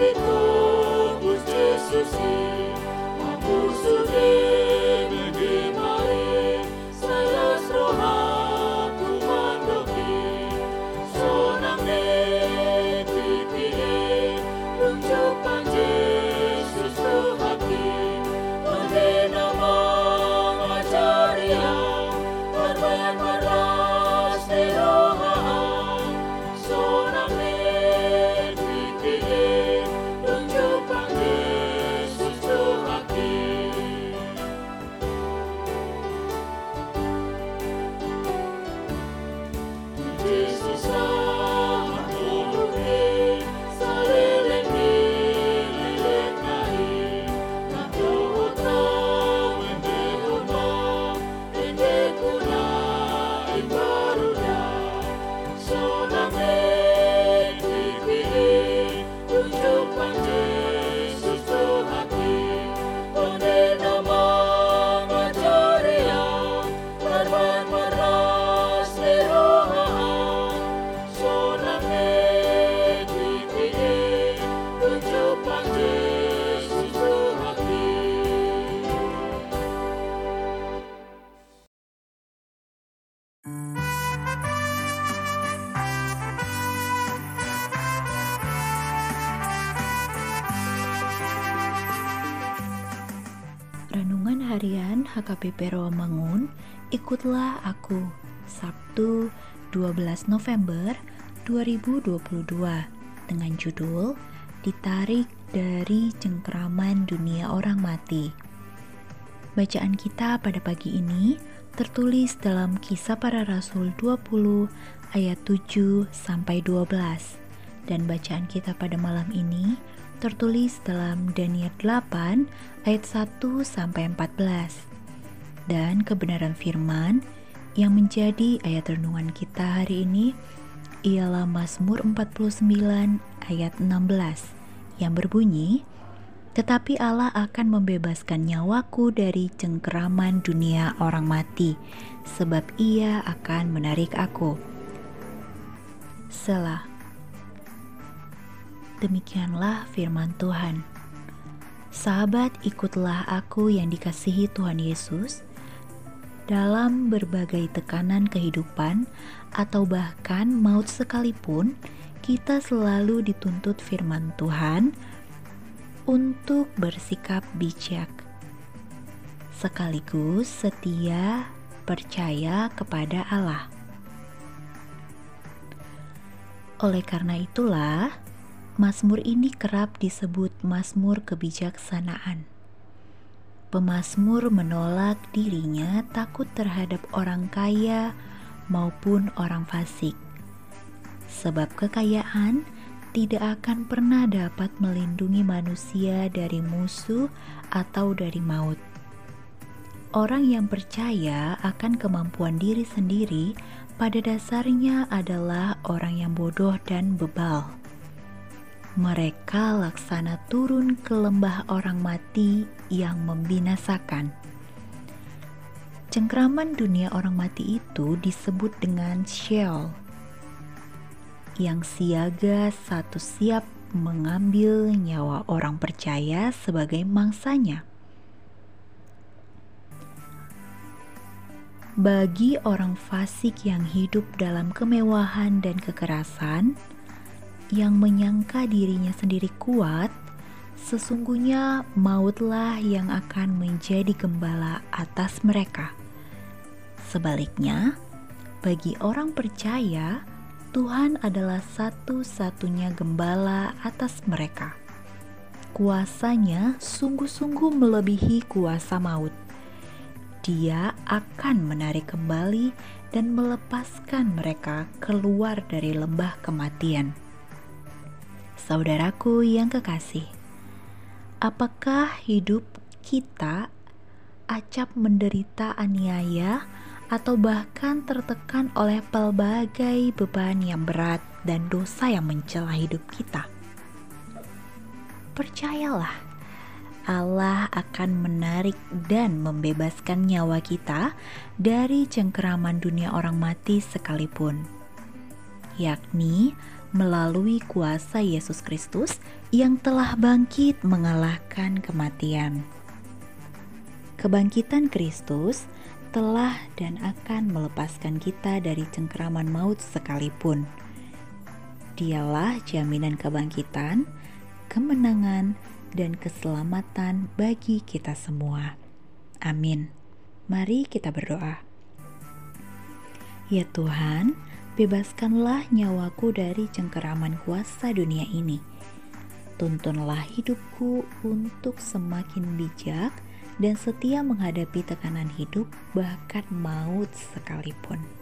tembus Yesus aku sudi menikmati salas roh aku mandoki sonang nitiki runjukan Yesus tuhaki menena mengajaria korban maras deroha sonang nitiki runjukan Yesus tuhaki Yesus aku beri salileng nilileng nahi Nato otang mendehuma Endekuna imbaruda Sonang nitiki runjukan Yesus tuhaki Onena mangajaria Karban maras deroha Sonang nitiki runjukan Yesus tuhaki Renungan Harian HKBP Rawamangun, ikutlah aku, Sabtu 12 November 2022, dengan judul Ditarik dari Cengkeraman Dunia Orang Mati. Bacaan kita pada pagi ini tertulis dalam Kisah Para Rasul 20 ayat 7-12, dan bacaan kita pada malam ini tertulis dalam Daniel 8 ayat 1-14. Dan kebenaran firman yang menjadi ayat renungan kita hari ini ialah Mazmur 49 ayat 16 yang berbunyi, "Tetapi Allah akan membebaskan nyawaku dari cengkeraman dunia orang mati, sebab Ia akan menarik aku." Selah. Demikianlah firman Tuhan. Sahabat, ikutlah aku yang dikasihi Tuhan Yesus. Dalam berbagai tekanan kehidupan atau bahkan maut sekalipun, kita selalu dituntut firman Tuhan untuk bersikap bijak, sekaligus setia percaya kepada Allah. Oleh karena itulah, Mazmur ini kerap disebut Mazmur kebijaksanaan. Pemazmur menolak dirinya takut terhadap orang kaya maupun orang fasik, sebab kekayaan tidak akan pernah dapat melindungi manusia dari musuh atau dari maut. Orang yang percaya akan kemampuan diri sendiri pada dasarnya adalah orang yang bodoh dan bebal. Mereka laksana turun ke lembah orang mati yang membinasakan. Cengkeraman dunia orang mati itu disebut dengan Sheol, yang siaga satu siap mengambil nyawa orang percaya sebagai mangsanya. Bagi orang fasik yang hidup dalam kemewahan dan kekerasan, yang menyangka dirinya sendiri kuat, sesungguhnya mautlah yang akan menjadi gembala atas mereka. Sebaliknya, bagi orang percaya, Tuhan adalah satu-satunya gembala atas mereka. Kuasanya sungguh-sungguh melebihi kuasa maut. Dia akan menarik kembali dan melepaskan mereka keluar dari lembah kematian. Saudaraku yang kekasih, apakah hidup kita acap menderita aniaya atau bahkan tertekan oleh pelbagai beban yang berat dan dosa yang mencela hidup kita? Percayalah, Allah akan menarik dan membebaskan nyawa kita dari cengkeraman dunia orang mati sekalipun, yakni melalui kuasa Yesus Kristus yang telah bangkit mengalahkan kematian. Kebangkitan Kristus telah dan akan melepaskan kita dari cengkeraman maut sekalipun. Dialah jaminan kebangkitan, kemenangan, dan keselamatan bagi kita semua. Amin. Mari kita berdoa. Ya Tuhan, bebaskanlah nyawaku dari cengkeraman kuasa dunia ini. Tuntunlah hidupku untuk semakin bijak dan setia menghadapi tekanan hidup, bahkan maut sekalipun.